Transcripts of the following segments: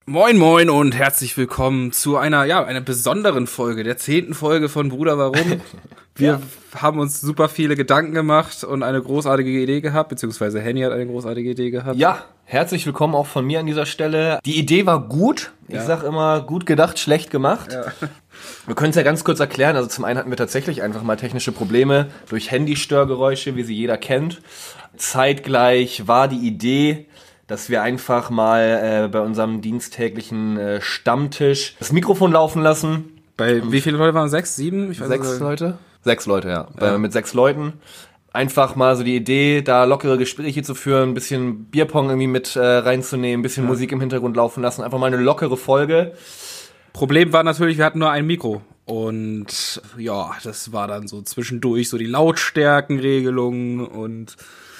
Moin moin und herzlich willkommen zu einer besonderen Folge, der 10. Folge von Bruder Warum. Wir haben uns super viele Gedanken gemacht und eine großartige Idee gehabt, beziehungsweise Henny hat eine großartige Idee gehabt. Ja, herzlich willkommen auch von mir an dieser Stelle. Die Idee war gut. Ich sag immer, gut gedacht, schlecht gemacht. Ja. Wir können es ja ganz kurz erklären. Also zum einen hatten wir tatsächlich einfach mal technische Probleme durch Handystörgeräusche, wie sie jeder kennt. Zeitgleich war die Idee, dass wir einfach mal bei unserem dienstäglichen Stammtisch das Mikrofon laufen lassen. Bei wie viele Leute waren es? 6, 7? Ich weiß 6 Leute? 6 Leute, ja. Mit 6 Leuten. Einfach mal so die Idee, da lockere Gespräche zu führen, ein bisschen Bierpong irgendwie mit reinzunehmen, ein bisschen Musik im Hintergrund laufen lassen. Einfach mal eine lockere Folge. Problem war natürlich, wir hatten nur ein Mikro. Und ja, das war dann so zwischendurch so die Lautstärkenregelungen und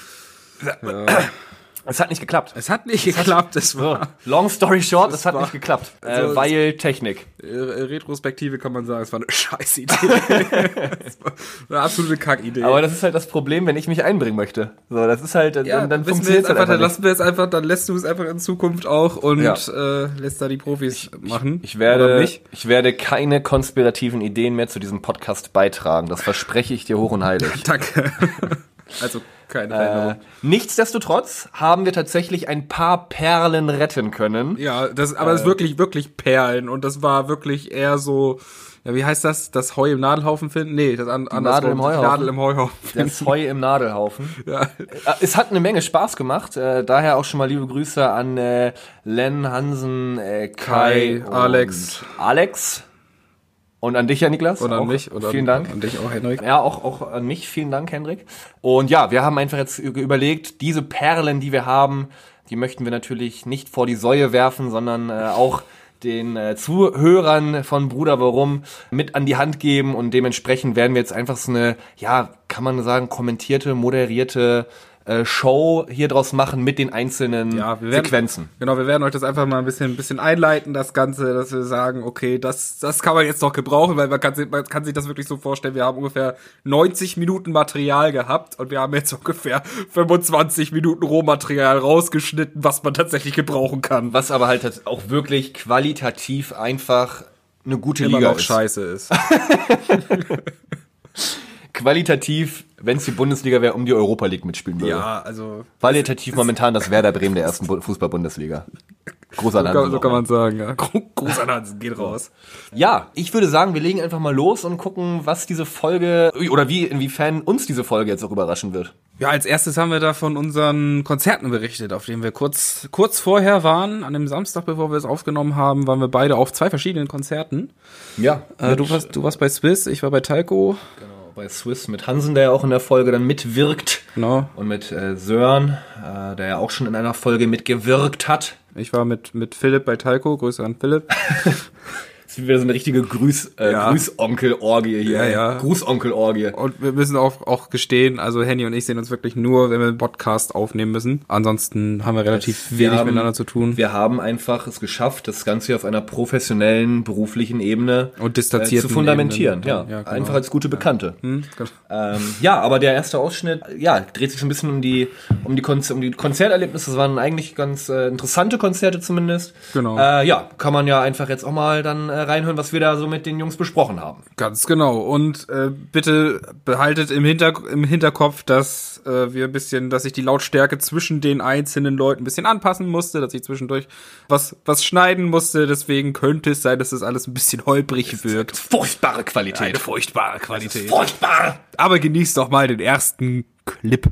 Es hat nicht geklappt. Es war long story short, es hat nicht geklappt. Also weil Technik. Retrospektive kann man sagen, es war eine scheiß Idee. Eine absolute Kackidee. Aber das ist halt das Problem, wenn ich mich einbringen möchte. So, das ist halt, dann funktioniert es halt einfach. Dann lässt du es einfach in Zukunft auch und lässt da die Profis machen. Ich werde keine konspirativen Ideen mehr zu diesem Podcast beitragen. Das verspreche ich dir hoch und heilig. Danke. Also keine Veränderung. Nichtsdestotrotz haben wir tatsächlich ein paar Perlen retten können. Ja, das ist wirklich, wirklich Perlen. Und das war wirklich eher so, ja, wie heißt das? Das Heu im Nadelhaufen finden? Nee, das andersrum. Nadel im Heuhaufen. Nadel im Heuhaufen. Das Heu im Nadelhaufen. Ja. Es hat eine Menge Spaß gemacht. Daher auch schon mal liebe Grüße an Len, Hansen, Kai, Alex. Und an dich, ja, Niklas. Und an mich. Und vielen Dank. An dich auch, Henrik. Ja, auch an mich. Vielen Dank, Henrik. Und ja, wir haben einfach jetzt überlegt, diese Perlen, die wir haben, die möchten wir natürlich nicht vor die Säue werfen, sondern auch den Zuhörern von Bruder Warum mit an die Hand geben. Und dementsprechend werden wir jetzt einfach so eine, ja, kann man sagen, kommentierte, moderierte Show hier draus machen mit den einzelnen Sequenzen. Genau, wir werden euch das einfach mal ein bisschen einleiten, das Ganze, dass wir sagen, okay, das kann man jetzt noch gebrauchen, weil man kann sich das wirklich so vorstellen, wir haben ungefähr 90 Minuten Material gehabt und wir haben jetzt ungefähr 25 Minuten Rohmaterial rausgeschnitten, was man tatsächlich gebrauchen kann. Was aber halt auch wirklich qualitativ einfach eine gute Liga noch ist. Scheiße ist. Qualitativ, wenn es die Bundesliga wäre, um die Europa League mitspielen würde. Ja, also... Qualitativ momentan das Werder Bremen der ersten Fußball-Bundesliga. Gruß an Hansen. So kann man sagen, ja. Gruß an Hansen, geht raus. Ja, ich würde sagen, wir legen einfach mal los und gucken, was diese Folge, oder inwiefern uns diese Folge jetzt auch überraschen wird. Ja, als erstes haben wir da von unseren Konzerten berichtet, auf denen wir kurz vorher waren. An dem Samstag, bevor wir es aufgenommen haben, waren wir beide auf 2 verschiedenen Konzerten. Ja. Du warst bei Swiss, ich war bei Talco. Genau. Bei Swiss mit Hansen, der ja auch in der Folge dann mitwirkt. Genau. Und mit Sören, der ja auch schon in einer Folge mitgewirkt hat. Ich war mit Philipp bei Talco, Grüße an Philipp. Das ist wieder so eine richtige Grüßonkel-Orgie hier. Ja. Grußonkel-Orgie. Und wir müssen auch gestehen, also Henny und ich sehen uns wirklich nur, wenn wir einen Podcast aufnehmen müssen. Ansonsten haben wir relativ wenig miteinander zu tun. Wir haben einfach es geschafft, das Ganze hier auf einer professionellen, beruflichen Ebene und distanzierten zu fundamentieren. Ebene. Ja, genau. Einfach als gute Bekannte. Genau. Aber der erste Ausschnitt, dreht sich so ein bisschen um die Konzerterlebnisse. Das waren eigentlich ganz interessante Konzerte zumindest. Genau. Kann man ja einfach jetzt auch mal dann reinhören, was wir da so mit den Jungs besprochen haben. Ganz genau. Und bitte behaltet im Hinterkopf, dass dass ich die Lautstärke zwischen den einzelnen Leuten ein bisschen anpassen musste, dass ich zwischendurch was schneiden musste. Deswegen könnte es sein, dass das alles ein bisschen holprig wirkt. Furchtbare Qualität. Eine furchtbare Qualität. Furchtbar! Aber genießt doch mal den ersten Clip.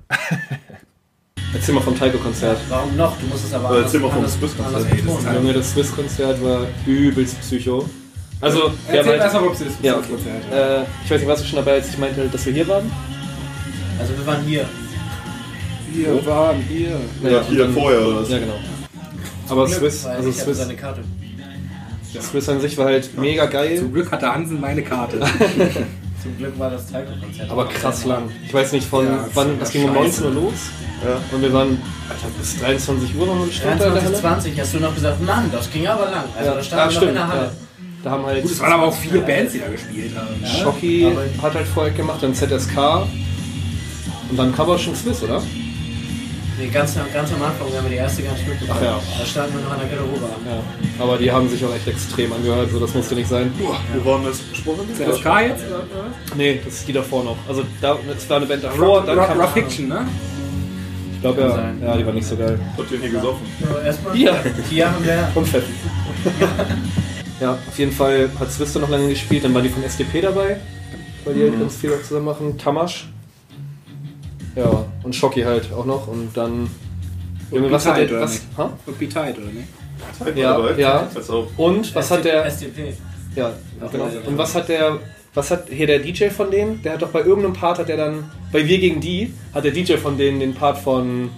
Erzähl mal vom Talco-Konzert. Warum noch? Du musst es aber erzähl mal vom Swiss-Konzert. Junge, das Swiss-Konzert war übelst psycho. Also, erzähl erstmal vom Swiss-Konzert. Ja, okay. Ich weiß nicht, warst du schon dabei, als ich meinte, dass wir hier waren? Also wir waren hier. Wir waren hier. Ja, hier vorher oder was? Ja, genau. Aber Swiss, seine Karte. Swiss an sich war halt mega geil. Zum Glück hatte Hansen meine Karte. Zum Glück war das Talco-Konzert. Aber krass lang. Ich weiß nicht wann, es ging um 19 Uhr los. Ja. Und wir waren bis 23 Uhr noch eine Stunde. 23, hast du noch gesagt, Mann, das ging aber lang. Also da standen wir noch in der Halle. Ja. Da haben halt. Gut, es waren aber auch 4 Bands, die da gespielt haben. Ja. Schocki hat halt vorher gemacht, dann ZSK. Und dann kam auch schon Swiss, oder? Nee, ganz am Anfang haben wir die erste gar nicht mitbekommen. Ach ja. Da standen wir noch an der Garderobe. Ja. Aber die haben sich auch echt extrem angehört, so das musste nicht sein. Wo waren das? CSK jetzt? Oder was? Nee, das ist die davor noch. Also es war eine Band davor, dann kam... Rough Fiction, ne? Ich glaube ja, die war nicht so geil. Habt ihr nie gesoffen? Erstmal Ja. Hier haben wir... Und Fetten. Ja, auf jeden Fall hat Swister noch lange gespielt, dann war die vom SDP dabei, weil die halt ganz viel auch zusammen machen. Tamasch. Ja, und Shocky halt auch noch und dann... Und was hat Be-Tight, der... oder Was, nicht? ha? Und Be-Tight, oder nicht? Ja. Als ob. Und was hat der... SDP. Ja, genau. Und was hat hier der DJ von denen? Der hat doch bei irgendeinem Part, hat der dann, bei Wir gegen die, hat der DJ von denen den Part von,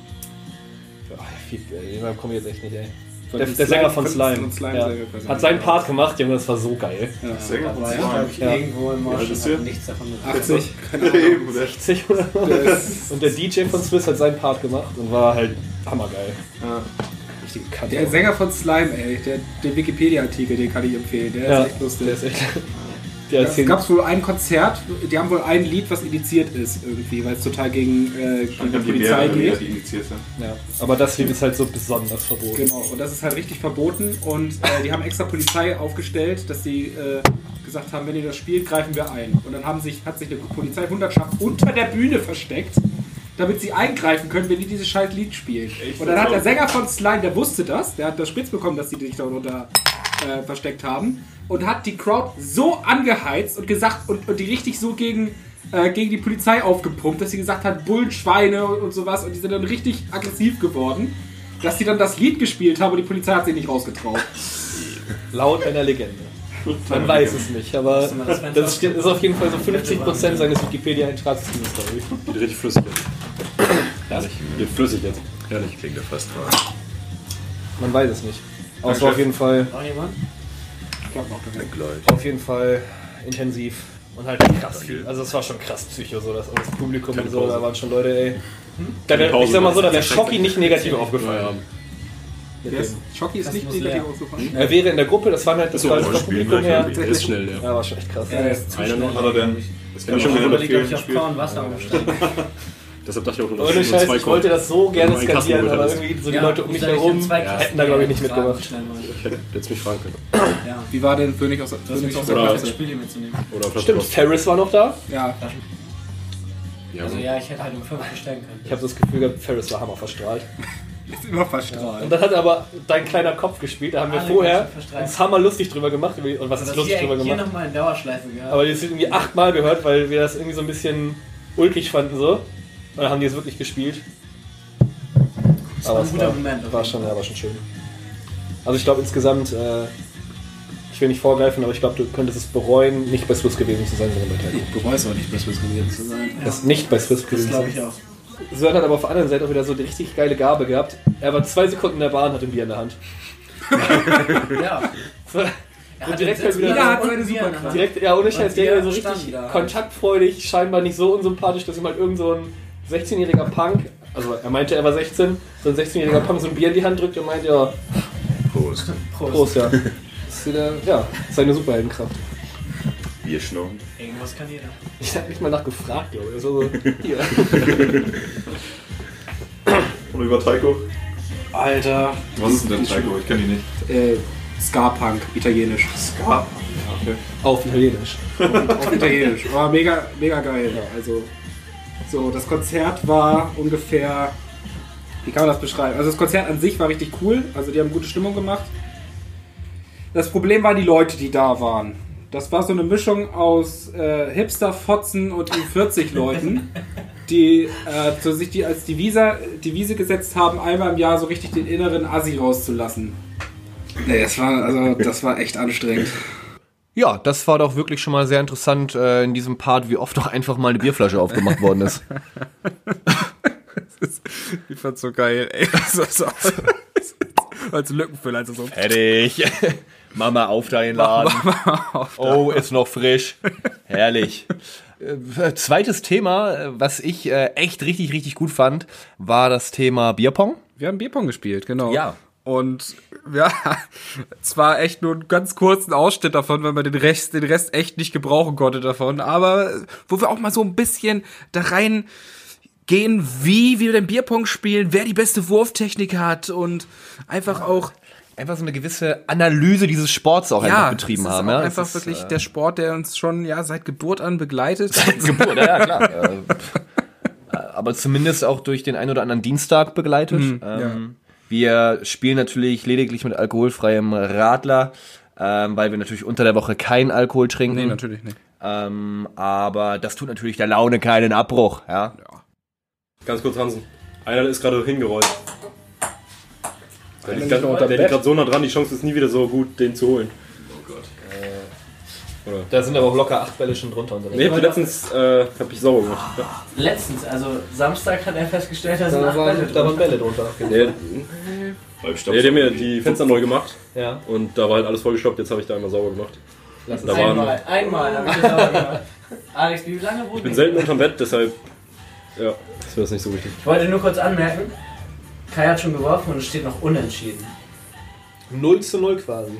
den komme ich jetzt echt nicht, ey. Der Sänger von Slime. Hat seinen Part gemacht, Junge, das war so geil. Sänger von Aber Slime. ja, irgendwo im Marsch ist hat der? nichts davon mitbekommen. 80. Eben, der 60 oder so. Und der DJ von Swiss hat seinen Part gemacht und war halt hammergeil. Richtige Kante. Der Sänger von Slime, ey, der Wikipedia-Artikel, den kann ich empfehlen. Der ist echt lustig. Der ist echt... Es gab wohl ein Konzert, die haben wohl ein Lied, was indiziert ist irgendwie, weil es total gegen die Polizei geht. Die indiziert sind. Ja. Aber das Lied ist halt so besonders verboten. Genau, und das ist halt richtig verboten und die haben extra Polizei aufgestellt, dass sie gesagt haben, wenn ihr das spielt, greifen wir ein. Und dann hat sich eine Polizeihundertschaft unter der Bühne versteckt, damit sie eingreifen können, wenn die dieses scheiß Lied spielen. Und dann hat der Sänger von Slime, der wusste das, der hat das spitz bekommen, dass die sich da versteckt haben und hat die Crowd so angeheizt und gesagt und die richtig so gegen die Polizei aufgepumpt, dass sie gesagt hat, Bullen, Schweine und sowas und die sind dann richtig aggressiv geworden, dass sie dann das Lied gespielt haben und die Polizei hat sich nicht rausgetraut. Laut einer Legende. Man weiß es nicht, aber das ist auf jeden Fall so 50% seines Wikipedia-Eintrags in dieser Story. Geht richtig flüssig jetzt. Herrlich. Geht flüssig jetzt. Herrlich klingt der fast dran. Man weiß es nicht. Aber es war auf jeden Fall... Noch jemand? Ich glaube noch Gleich. Auf jeden Fall intensiv und halt krass viel. Also es war schon krass Psycho, so das Publikum und so, da waren schon Leute, ey. Ich sag mal so, da wäre Schocki nicht negativ aufgefallen. Schocky ist nicht muss negativ leer. aufgefallen. Er wäre in der Gruppe, das war halt das war das Publikum her. Der ist schnell, der. Ja, war schon echt krass. Ja, der ist zu Einer noch. schnell. Hat er denn? Das kann ich schon Da wieder liegt, glaube ich, fehlen. auf kauen Wasser umgestanden. Deshalb dachte ich auch, Ohne Scheiß, ich wollte das so gerne Nur ein Kasten skalieren, aber wollte das. irgendwie so die Leute um mich herum hätten da, glaube ich, nicht mitgemacht. Ich hätte jetzt mich fragen können. Ja. Wie war denn König aus Du hast König mich aus auch der so Oder- das Klasse? Spiel hier mitzunehmen. Oder auf das Stimmt, Post. Ferris war noch da. Ja, Ja, Also ja, ich hätte halt um 5 bestellen können. Ich habe das Gefühl gehabt, Ferris war hammer verstrahlt. ist immer verstrahlt. Und dann hat aber dein kleiner Kopf gespielt, da haben wir Alle vorher ganz verstrahlt. uns hammer lustig drüber gemacht. Und was ist Das lustig hier, drüber hier gemacht? nochmal in Dauerschleife gehabt. Aber die ist irgendwie 8-mal gehört, weil wir das irgendwie so ein bisschen ulkig fanden so. Und dann haben die es wirklich gespielt. Das war ein es guter Moment. auf war jeden schon, Fall. ja, war schon schön. Also ich glaube insgesamt, ich will nicht vorgreifen, aber ich glaube, du könntest es bereuen, nicht bei Swiss gewesen zu sein, sondern bei Taiko. Du bereust auch nicht, bei Swiss gewesen zu sein. Das nicht bei Swiss Das gewesen zu glaube ich sein. auch. Sören hat aber auf der anderen Seite auch wieder so eine richtig geile Gabe gehabt. Er war 2 Sekunden in der Bahn, hat ein Bier in der Hand. Ja. Und direkt halt wieder Jeder hat so seine Superkraft. direkt, ja, ohne Scheiß, Und der wir so richtig standen da. kontaktfreudig, scheinbar nicht so unsympathisch, dass ihm halt irgend so ein 16-jähriger Punk, also er meinte, er war 16, so ein 16-jähriger Punk so ein Bier in die Hand drückt und meint, ja, Prost. Prost, ja. Das ist wieder, ja, seine Superheldenkraft. Bier schnorren. Irgendwas kann jeder. Ich hab nicht mal nachgefragt, glaube ich. Also, hier. Und über Taiko? Alter. Was ist denn Taiko? Ich kenne die nicht. Ska-Punk, italienisch. Ska? Okay. Auf Italienisch. Auf italienisch. War mega, mega geil. Also, so, das Konzert war ungefähr, wie kann man das beschreiben? Also das Konzert an sich war richtig cool. Also die haben gute Stimmung gemacht. Das Problem waren die Leute, die da waren. Das war so eine Mischung aus Hipster-Fotzen und Ü40-Leuten, die sich die als Devise gesetzt haben, einmal im Jahr so richtig den inneren Assi rauszulassen. Nee, das war echt anstrengend. Ja, das war doch wirklich schon mal sehr interessant in diesem Part, wie oft doch einfach mal eine Bierflasche aufgemacht worden ist. Ich fand's so geil, ey. Als Lückenfüller, also so. Fertig. Mama auf deinen Laden. Oh, ist noch frisch. Herrlich. Zweites Thema, was ich echt richtig, richtig gut fand, war das Thema Bierpong. Wir haben Bierpong gespielt, genau. Ja. Und ja, zwar echt nur einen ganz kurzen Ausschnitt davon, weil man den Rest echt nicht gebrauchen konnte davon, aber wo wir auch mal so ein bisschen da rein gehen, wie wir den Bierpong spielen, wer die beste Wurftechnik hat und einfach auch einfach so eine gewisse Analyse dieses Sports auch einfach betrieben haben. Ja, Ja, einfach ist wirklich der Sport, der uns schon seit Geburt an begleitet. Geburt, ja klar. Aber zumindest auch durch den einen oder anderen Dienstag begleitet. Wir spielen natürlich lediglich mit alkoholfreiem Radler, weil wir natürlich unter der Woche keinen Alkohol trinken. Nee, natürlich nicht. Aber das tut natürlich der Laune keinen Abbruch. Ja. Ganz kurz, Hansen. Einer ist gerade hingerollt. Der liegt Bett. gerade so nah dran, die Chance ist nie wieder so gut, den zu holen. Oh Gott. Da sind aber auch locker 8 Bälle schon drunter. Nee, letztens hab ich sauber gemacht. Ja. Letztens, also Samstag hat er festgestellt, dass Da waren Bälle drunter. Nee, die haben mir die Fenster neu gemacht Ja. und da war halt alles vollgestoppt, jetzt habe ich da einmal sauber gemacht. Da Einmal habe ich das sauber gemacht. Alex, wie lange Ich bin selten unterm Bett, deshalb ja, das wäre nicht so wichtig. Ich wollte nur kurz anmerken, Kai hat schon geworfen und es steht noch unentschieden. 0:0 quasi.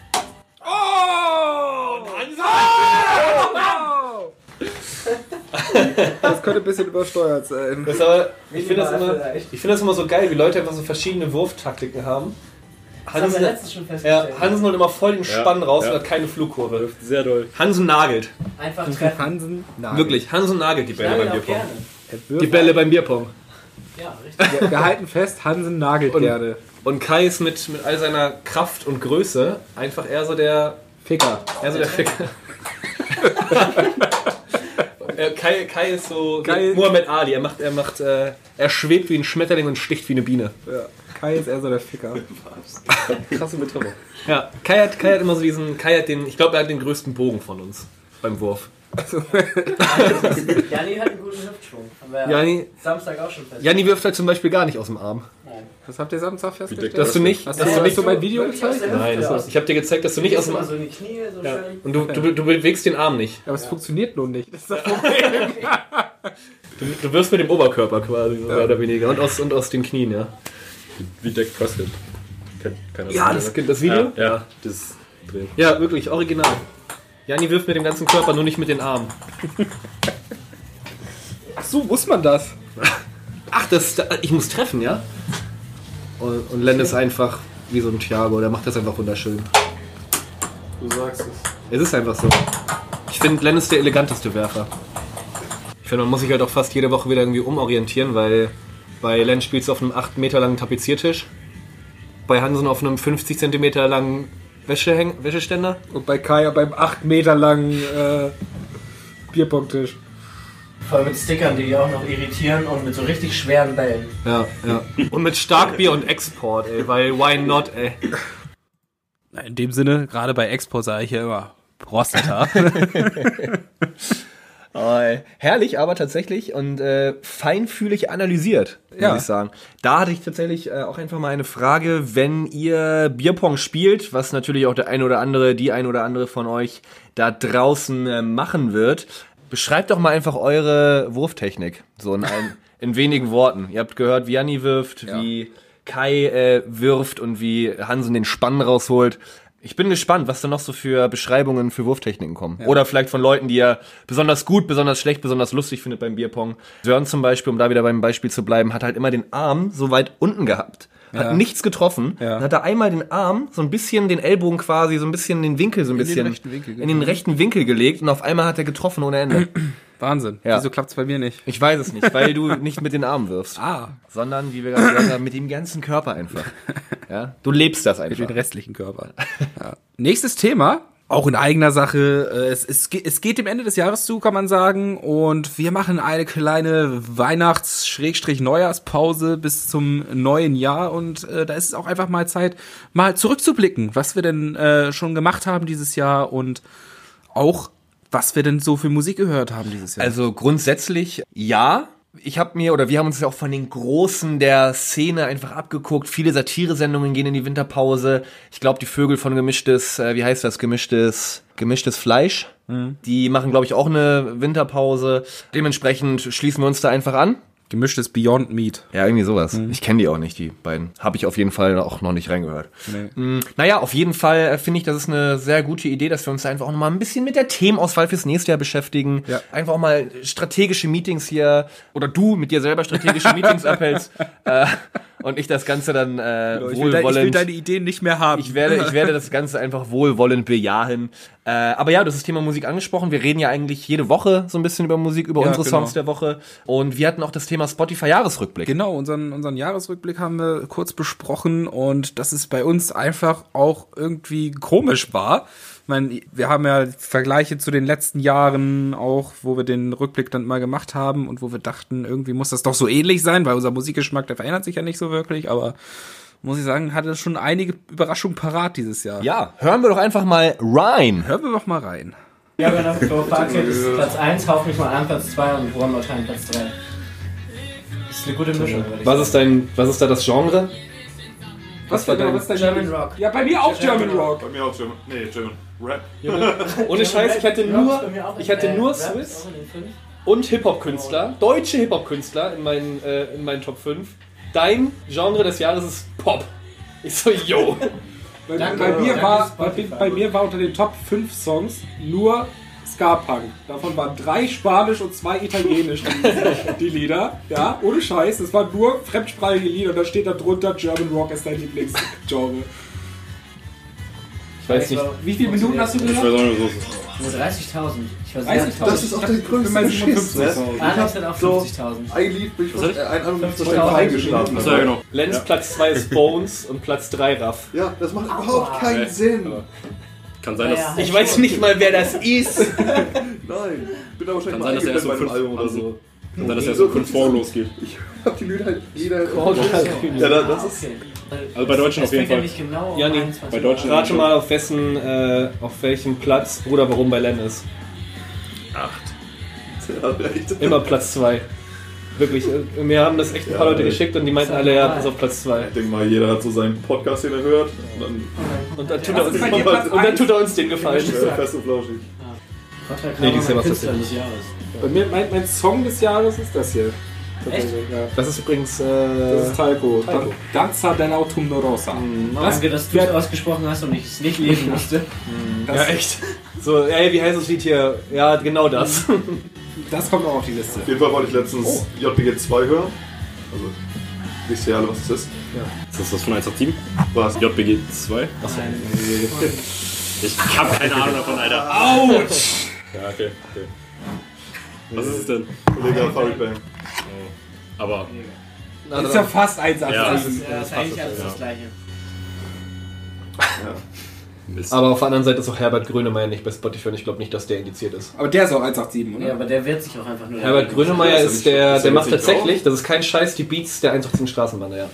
Das könnte ein bisschen übersteuert sein. Ich finde das immer so geil, wie Leute einfach so verschiedene Wurftaktiken haben. Das haben wir letztens schon festgestellt. Hansen holt immer voll den Spann raus und hat keine Flugkurve. Sehr doll. Hansen nagelt. Einfach treffen. Hansen, nein. Wirklich, Hansen nagelt die Bälle beim auch Bierpong. gerne. Die Bälle beim Bierpong. Ja, richtig. Wir halten fest, Hansen nagelt gerne. Und Kai ist mit all seiner Kraft und Größe einfach eher so der Ficker. Ficker. Kai ist so Kai- Muhammad Ali. Er schwebt wie ein Schmetterling und sticht wie eine Biene. Ja. Kai ist eher so der Ficker. Krasse Metapher. Ja, Kai hat immer so diesen, ich glaube, er hat den größten Bogen von uns beim Wurf. Janni hat einen guten Hüftschwung. Haben wir Janni- Samstag auch schon festgestellt. Janni wirft halt zum Beispiel gar nicht aus dem Arm. Nein. Was habt ihr Samstag festgestellt? Dass du nicht, Hast du mein Video gezeigt? Nein, ich habe dir gezeigt, dass du nicht aus dem Mal Arm. so in die Knie, so Ja. schön. Und du bewegst den Arm nicht. Aber es funktioniert nun nicht. Das ist das Problem. Du wirfst mit dem Oberkörper quasi, so mehr oder weniger. Und aus den Knien, ja. Wie Dak Prescott. Kennt keiner. Ja, das Video? Ja, das Drehen. Ja, wirklich, original. Janni wirft mit dem ganzen Körper, nur nicht mit den Armen. Ach so, muss man das? Ach, ich muss treffen, ja? Und Len ist einfach wie so ein Thiago, der macht das einfach wunderschön. Du sagst es. Es ist einfach so. Ich finde, Len ist der eleganteste Werfer. Ich finde, man muss sich halt auch fast jede Woche wieder irgendwie umorientieren, weil bei Len spielst du auf einem 8 Meter langen Tapeziertisch, bei Hansen auf einem 50 Zentimeter langen Wäscheständer. Und bei Kai beim 8 Meter langen Bierpongtisch. Voll mit Stickern, die auch noch irritieren und mit so richtig schweren Bällen. Ja. Und mit Starkbier und Export, ey, weil why not, ey. In dem Sinne, gerade bei Expo sage ich ja immer Prostata. Herrlich, aber tatsächlich und feinfühlig analysiert, muss ich sagen. Da hatte ich tatsächlich auch einfach mal eine Frage, wenn ihr Bierpong spielt, was natürlich auch die ein oder andere von euch da draußen machen wird, beschreibt doch mal einfach eure Wurftechnik, so in wenigen Worten. Ihr habt gehört, wie Janni wirft, wie Kai wirft und wie Hansen den Spann rausholt. Ich bin gespannt, was da noch so für Beschreibungen für Wurftechniken kommen. Ja. Oder vielleicht von Leuten, die ihr besonders gut, besonders schlecht, besonders lustig findet beim Bierpong. Sören zum Beispiel, um da wieder beim Beispiel zu bleiben, hat halt immer den Arm so weit unten gehabt. Hat nichts getroffen. Ja. Dann hat er einmal den Arm, so ein bisschen den Ellbogen quasi, so ein bisschen den Winkel, in den rechten Winkel gelegt und auf einmal hat er getroffen ohne Ende. Wahnsinn. Ja. Wieso klappt's bei mir nicht? Ich weiß es nicht, weil du nicht mit den Armen wirfst. Sondern, wie wir gerade gesagt haben, mit dem ganzen Körper einfach. Ja? Du lebst das einfach. Mit dem restlichen Körper. Ja. Nächstes Thema, auch in eigener Sache. Es geht dem Ende des Jahres zu, kann man sagen. Und wir machen eine kleine Weihnachts-Neujahrspause bis zum neuen Jahr. Und da ist es auch einfach mal Zeit, mal zurückzublicken, was wir denn schon gemacht haben dieses Jahr und auch was wir denn so für Musik gehört haben dieses Jahr. Also grundsätzlich ja. Wir haben uns ja auch von den Großen der Szene einfach abgeguckt. Viele Satire-Sendungen gehen in die Winterpause. Ich glaube, die Vögel von Gemischtes Fleisch. Die machen, glaube ich, auch eine Winterpause. Dementsprechend schließen wir uns da einfach an. Gemischtes Beyond Meat. Ja, irgendwie sowas. Ich kenne die auch nicht, die beiden. Habe ich auf jeden Fall auch noch nicht reingehört. Nee. Naja, auf jeden Fall finde ich, das ist eine sehr gute Idee, dass wir uns einfach auch noch mal ein bisschen mit der Themenauswahl fürs nächste Jahr beschäftigen. Ja. Einfach auch mal strategische Meetings hier, oder du mit dir selber strategische Meetings abhältst und ich das Ganze dann Ich wohlwollend... will deine Ideen nicht mehr haben. Ich werde das Ganze einfach wohlwollend bejahen. Aber ja, du hast das Thema Musik angesprochen. Wir reden ja eigentlich jede Woche so ein bisschen über Musik, über unsere Songs der Woche. Und wir hatten auch das Thema Spotify-Jahresrückblick. Genau, unseren Jahresrückblick haben wir kurz besprochen und dass es bei uns einfach auch irgendwie komisch war. Ich meine, wir haben ja Vergleiche zu den letzten Jahren auch, wo wir den Rückblick dann mal gemacht haben und wo wir dachten, irgendwie muss das doch so ähnlich sein, weil unser Musikgeschmack, der verändert sich ja nicht so wirklich, aber muss ich sagen, hatte schon einige Überraschungen parat dieses Jahr. Ja, hören wir doch einfach mal rein. Hören wir doch mal rein. Ja, wenn auf Fazit ist Platz 1, Hauf mich mal an, Platz 2 und One More Time Platz 3. Das ist eine gute Mischung, würde ich sagen. Was ist da das Genre? Was war dein German Rock. Ja, bei mir auch German Rock. Bei mir auch German. Nee, German Rap. Ohne Scheiß, ich hatte nur Swiss und Hip-Hop-Künstler, deutsche Hip-Hop-Künstler in meinen Top 5. Dein Genre des Jahres ist Pop. Ich so, yo. Bei mir war unter den Top 5 Songs nur Ska-Punk. Davon waren 3 Spanisch und 2 Italienisch die Lieder. Ja, ohne Scheiß. Das waren nur fremdsprachige Lieder und da steht da drunter German Rock ist dein Lieblingsgenre. Ich weiß nicht. Wie viele Minuten hast du Ich weiß gesagt? auch nicht, was es ist. Nur 30.000. Ich war sehr 30.000. Das ist auch der größte Geschiss, ne? Alex hat auch 50.000. Eigentlich bin ich fast ein Album 50.000 eingeschlafen. Achso, ja, genau. Lenz Platz 2 ist Bones und Platz 3 Raff. Ja, das macht überhaupt keinen Sinn. Kann sein, dass. Ja. Ich weiß nicht mal, wer das ist. Nein, bin da wahrscheinlich Kann mal sein, dass er erst eingeblendet bei um einem 5 Album oder so. Kann sein, dass er erst um 5 vor losgeht. Ich hab die Lieder halt jeder... Ja, das ist... Also bei Deutschen auf jeden Fall. Nicht genau Ja, nee. 21 Bei Deutschen- Rate mal, auf welchem Platz oder warum bei Len ist. 8. Ja, echt. Immer Platz 2. Wirklich, mir haben das echt ein paar Leute geschickt und die meinten alle, ja, das ist auf Platz 2. Ich denke mal, jeder hat so seinen Podcast, den er hört. Und Und dann tut er uns den Gefallen. dann fest und flauschig. Nee, die ist ja was Künstler tatsächlich. des Jahres. Bei mir, mein Song des Jahres ist das hier. Echt? Ja. Das ist übrigens. Das ist Talco. Talco. Danza dell'Autunno Rosa. Danke, dass du es ausgesprochen hast und ich es nicht lesen musste. Ja, echt. So, ey, wie heißt das Lied hier? Ja, genau das. Das kommt auch auf die Liste. Auf jeden Fall wollte ich letztens JPG 2 hören. Also, wisst ihr alle, was das ist? Ist das das von 187? Was? JBG 2? Ich hab keine Ahnung davon, Alter. Autsch! Ja, okay. Was ist es denn? Illegal Farid Bang. Aber. Das ist ja fast 1,87. Ja. Das ist eigentlich alles das Gleiche. Mist. Aber auf der anderen Seite ist auch Herbert Grönemeyer nicht bei Spotify und ich glaube nicht, dass der indiziert ist. Aber der ist auch 1,87, oder? Ja, aber der wird sich auch einfach nur... Herbert Grönemeyer ist ist er der nicht macht drauf? tatsächlich, das ist kein Scheiß, die Beats der 187 Straßenbahn, ja.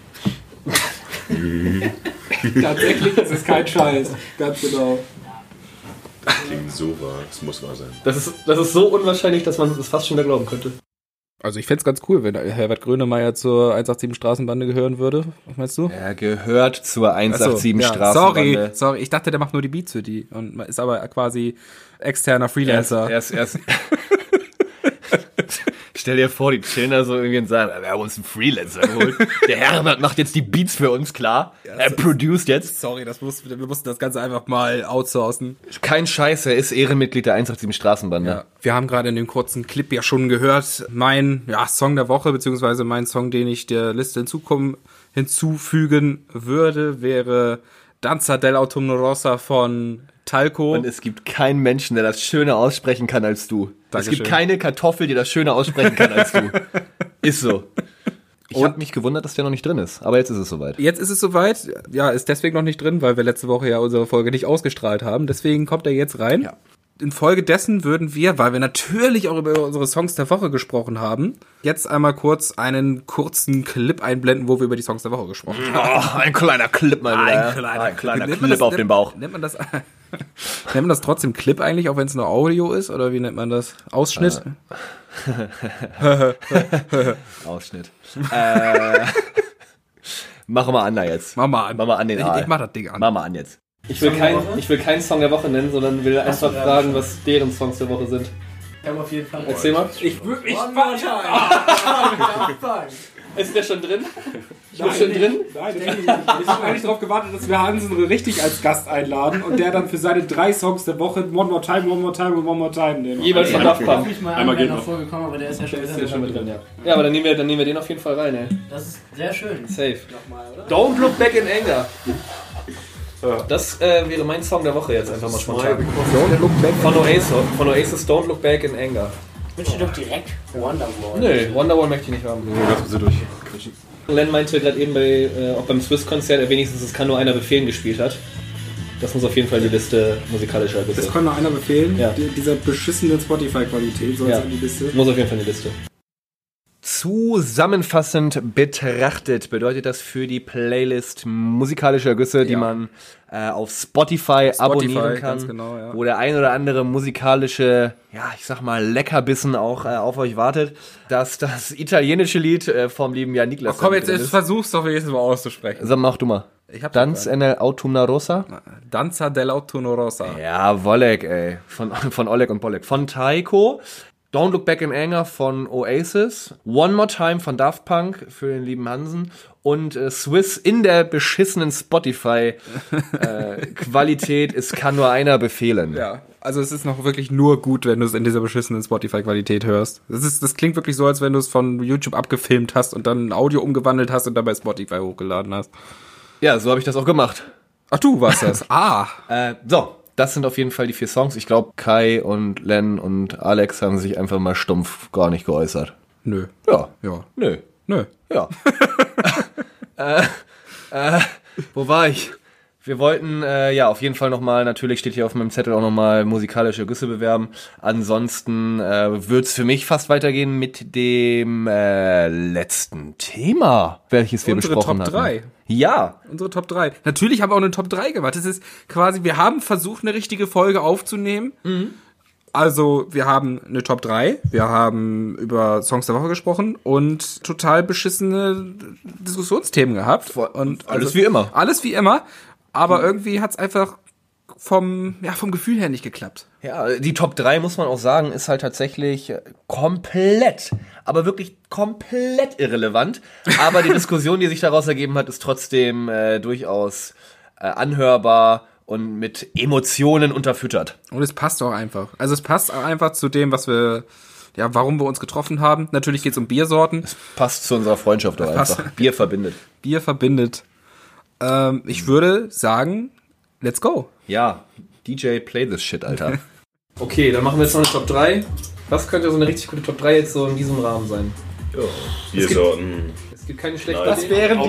Tatsächlich ist es kein Scheiß. Ganz genau. Klingt so wahr. Das muss wahr sein. Das ist so unwahrscheinlich, dass man es fast schon mehr glauben könnte. Also ich fänd's ganz cool, wenn Herbert Grönemeyer zur 187 Straßenbande gehören würde. Was meinst du? Er gehört zur 187 Ach so, Straßenbande. Sorry, ich dachte, der macht nur die Beats für die und ist aber quasi externer Freelancer. Er ist Stell dir vor, die chillen da so irgendwie und sagen, wir haben uns einen Freelancer geholt. Der Herbert macht jetzt die Beats für uns, klar. Er produced jetzt. Sorry, wir mussten das Ganze einfach mal outsourcen. Kein Scheiß, er ist Ehrenmitglied der 187 Straßenbande. Ja. Wir haben gerade in dem kurzen Clip ja schon gehört, mein Song der Woche, beziehungsweise mein Song, den ich der Liste hinzufügen würde, wäre Danza dell'Autunno Rosa von Talco. Und es gibt keinen Menschen, der das schöner aussprechen kann als du. Dankeschön. Es gibt keine Kartoffel, die das schöner aussprechen kann als du. Ist so. Ich habe mich gewundert, dass der noch nicht drin ist. Aber jetzt ist es soweit. Jetzt ist es soweit. Ja, ist deswegen noch nicht drin, weil wir letzte Woche ja unsere Folge nicht ausgestrahlt haben. Deswegen kommt er jetzt rein. Ja. Infolgedessen würden wir, weil wir natürlich auch über unsere Songs der Woche gesprochen haben, jetzt einmal kurz einen kurzen Clip einblenden, wo wir über die Songs der Woche gesprochen haben. Oh, ein kleiner Clip, mein Lieber. Ein kleiner Clip auf den Bauch. Nennt man das trotzdem Clip eigentlich, auch wenn es nur Audio ist? Oder wie nennt man das? Ausschnitt? Ausschnitt. Mach mal an da jetzt. Mach mal an. Den Ich mach das Ding an. Mach mal an jetzt. Ich will keinen Song der Woche nennen, sondern will einfach fragen, was deren Songs der Woche sind. Kam auf jeden Fall. Erzähl mal. Ich One more time. Ist der schon drin? Ich bin schon drin. Nein, ich habe eigentlich darauf gewartet, dass wir Hansen richtig als Gast einladen und der dann für seine 3 Songs der Woche One More Time, One More Time und One More Time nehmen. Jeweils von Daft Punk. Ich mal Einmal an, wenn geht er noch. vorgekommen, aber der ist ja schon Ist wieder ja schon mit drin, ja. Ja, aber dann nehmen wir den auf jeden Fall rein, ey. Das ist sehr schön. Safe. Nochmal, oder? Don't Look Back in Anger. Das wäre mein Song der Woche jetzt einfach mal spontan. Don't Look Back. Von Oasis, Don't Look Back in Anger. Ich wünsche dir doch direkt Wonderwall. Nee, Wonderwall möchte ich nicht haben. Ganz kurz durchquetschen. Len meinte gerade eben auch beim Swiss-Konzert, wenigstens es kann nur einer befehlen gespielt hat. Das muss auf jeden Fall in die Liste musikalischer Liste. Das kann nur einer befehlen. Ja. Dieser beschissenen Spotify-Qualität soll es in die Liste. Muss auf jeden Fall in die Liste. Zusammenfassend betrachtet bedeutet das für die Playlist musikalischer Güsse, die man auf Spotify abonnieren kann, ganz genau, ja. wo der ein oder andere musikalische, ja, ich sag mal, Leckerbissen auch auf euch wartet, dass das italienische Lied vom lieben Jan Niklas. Komm, jetzt versuch's doch wenigstens mal auszusprechen. Sag, mach du mal. Ich hab Danz nel Autumna Rosa. Danza dell'Autunno Rosa. Ja, Wolek, ey. Von Oleg und Bolek. Von Taiko. Don't Look Back in Anger von Oasis. One More Time von Daft Punk für den lieben Hansen. Und Swiss in der beschissenen Spotify-Qualität. Es kann nur einer befehlen. Ja, also es ist noch wirklich nur gut, wenn du es in dieser beschissenen Spotify-Qualität hörst. Das klingt wirklich so, als wenn du es von YouTube abgefilmt hast und dann Audio umgewandelt hast und dann bei Spotify hochgeladen hast. Ja, so habe ich das auch gemacht. Ach, du warst das. So, das sind auf jeden Fall die 4 Songs. Ich glaube, Kai und Len und Alex haben sich einfach mal stumpf gar nicht geäußert. Nö. Ja. Ja. Nö. Nö. Ja. Wo war ich? Wir wollten auf jeden Fall nochmal, natürlich steht hier auf meinem Zettel auch nochmal musikalische Güsse bewerben. Ansonsten wird's für mich fast weitergehen mit dem letzten Thema, welches wir Unsere besprochen Top hatten. 3. Ja. Unsere Top 3. Natürlich haben wir auch eine Top 3 gemacht. Das ist quasi, wir haben versucht, eine richtige Folge aufzunehmen. Mhm. Also, wir haben eine Top 3, wir haben über Songs der Woche gesprochen und total beschissene Diskussionsthemen gehabt. Und Alles wie immer. Alles wie immer, aber irgendwie hat's einfach vom Gefühl her nicht geklappt. Ja, die Top 3, muss man auch sagen, ist halt tatsächlich komplett, aber wirklich komplett irrelevant. Aber die Diskussion, die sich daraus ergeben hat, ist trotzdem durchaus anhörbar und mit Emotionen unterfüttert. Und es passt auch einfach. Also es passt auch einfach zu dem, warum wir uns getroffen haben. Natürlich geht's um Biersorten. Passt zu unserer Freundschaft auch einfach. Bier verbindet. Bier verbindet. Ich würde sagen, let's go. Ja, DJ, play this shit, Alter. Okay, dann machen wir jetzt noch eine Top 3. Was könnte so eine richtig gute Top 3 jetzt so in diesem Rahmen sein? Ja, Biersorten. Es gibt keine schlechten Was Ideen. wären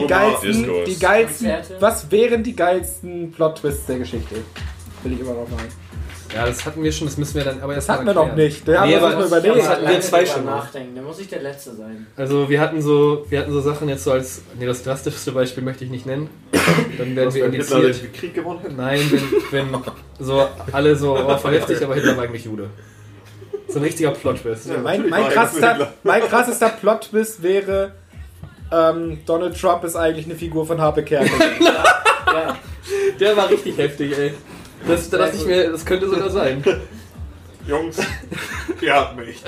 Was wären die geilsten Plot-Twists der Geschichte? Will ich immer noch mal. Ja, das hatten wir schon, das müssen wir dann aber erst Das hatten mal wir noch erklären. nicht. Da haben Nee, wir uns aber mal überlegt. das hatten wir 2 schon mal. nachdenken. Da muss ich der Letzte sein. Also wir hatten so Sachen jetzt so als, das drastischste Beispiel möchte ich nicht nennen. Dann werden wir Hitler indiziert. den Krieg gewonnen hätte? Nein, wenn so alle so, verheftigt, aber Hitler war eigentlich Jude. So ein richtiger Plot-Twist. Ja. Mein Natürlich krassester Plot-Twist wäre, Donald Trump ist eigentlich eine Figur von Harpe Kerkeling. Ja. Der war richtig heftig, ey. Das könnte sogar sein. Jungs, ihr habt mich.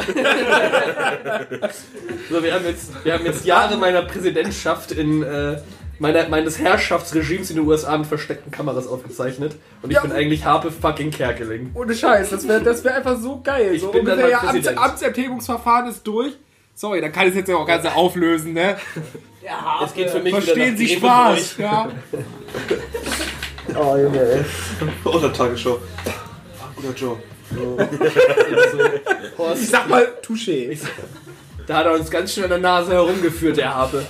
So, wir haben jetzt Jahre meiner Präsidentschaft meines Herrschaftsregimes in den USA mit versteckten Kameras aufgezeichnet. Und ich bin eigentlich Harpe fucking Kerkeling. Ohne Scheiß, das wär einfach so geil. Ich bin dann mal Präsident. Amtsenthebungsverfahren ist durch. Sorry, dann kann ich es jetzt ja auch ganz auflösen, ne? Ja, Es geht für mich Verstehen Sie wieder nach Spaß, ja? Oh, Junge, ey. Oder Tagesschau. Guter Joe. Ich sag mal, touché. Da hat er uns ganz schön an der Nase herumgeführt, der Harpe.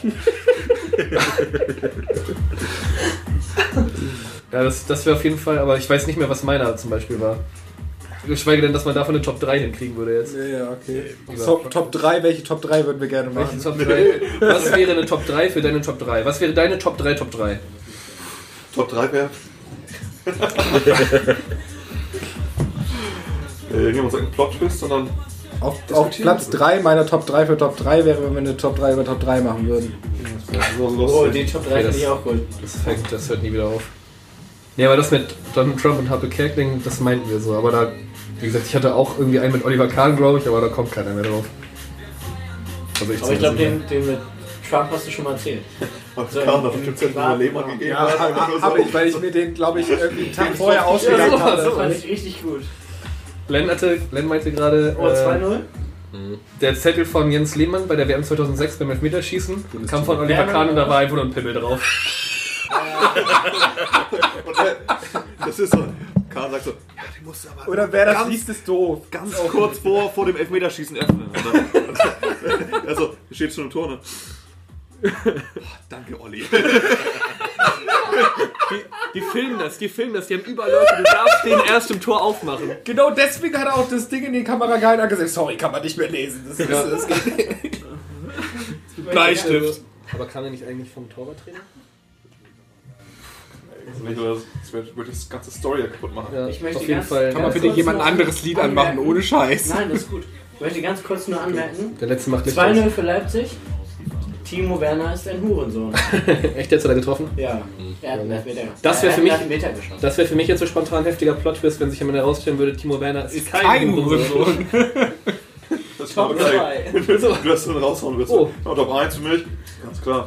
Ja, das wäre auf jeden Fall, aber ich weiß nicht mehr, was meiner zum Beispiel war. Geschweige denn, dass man davon eine Top 3 hinkriegen würde jetzt. Ja, okay. Top 3, welche Top 3 würden wir gerne machen? Welche Top 3? Was wäre eine Top 3 für deine Top 3? Was wäre deine Top 3 Top 3? Top 3 wäre. Niemand sagt einen Plot-Twist, sondern. Auf Platz 3 meiner Top 3 für Top 3 wäre, wenn wir eine Top 3 über Top 3 machen würden. Oh, die Top 3 finde ich auch gut. Das hört nie wieder auf. Ja, aber das mit Donald Trump und Harpe Kerkeling, das meinten wir so, aber da Wie gesagt, ich hatte auch irgendwie einen mit Oliver Kahn, glaube ich, aber da kommt keiner mehr drauf. Also Aber ich glaube, den mit Trump hast du schon mal erzählt. Und Kahn hat bestimmt einen Überleber gegeben. Ja, habe ich, weil ich mir den, glaube ich, irgendwie einen Tag vorher ausgedacht Das habe. fand ich richtig gut. Len meinte gerade, 2-0? der Zettel von Jens Lehmann bei der WM 2006 beim Elfmeterschießen kam von Oliver Kahn und da war einfach nur ein Pimmel drauf. Das ist so. Kahn sagt so, ja, die musst du aber Oder wer das liest, ist doof. ganz kurz vor dem Elfmeterschießen öffnen. Also, steht schon im Tor, ne? Oh, danke, Olli. Die filmen das, die haben überall Leute, du darfst den erst im Tor aufmachen. Genau deswegen hat er auch das Ding in die Kamera gehalten und gesagt, sorry, kann man nicht mehr lesen. Das geht nicht. Bleistift. Aber kann er nicht eigentlich vom Torwarttrainer? Das würde das ganze Story kaputt machen. Ja, Ich möchte auf jeden ganz- Fall. Kann man für dich jemand ein anderes Lied anmachen, ohne Scheiß. Nein, das ist gut. Ich möchte ganz kurz nur anmerken. Der letzte macht Licht 2-0 für Leipzig. Timo Werner ist ein Hurensohn. aus. Echt, jetzt hat er getroffen? Ja, er hat einen Elfmeter. Das wäre für Er mich- hat einen Elfmeter geschossen. Das wäre für mich jetzt so spontan ein heftiger Plot-Twist, wenn sich jemand herausstellen würde, Timo Werner ist Kein Hurensohn. Das war Top geil. 3. Du wirst dann raushauen willst. Oh. Ja, Top 1 für mich. Ganz klar.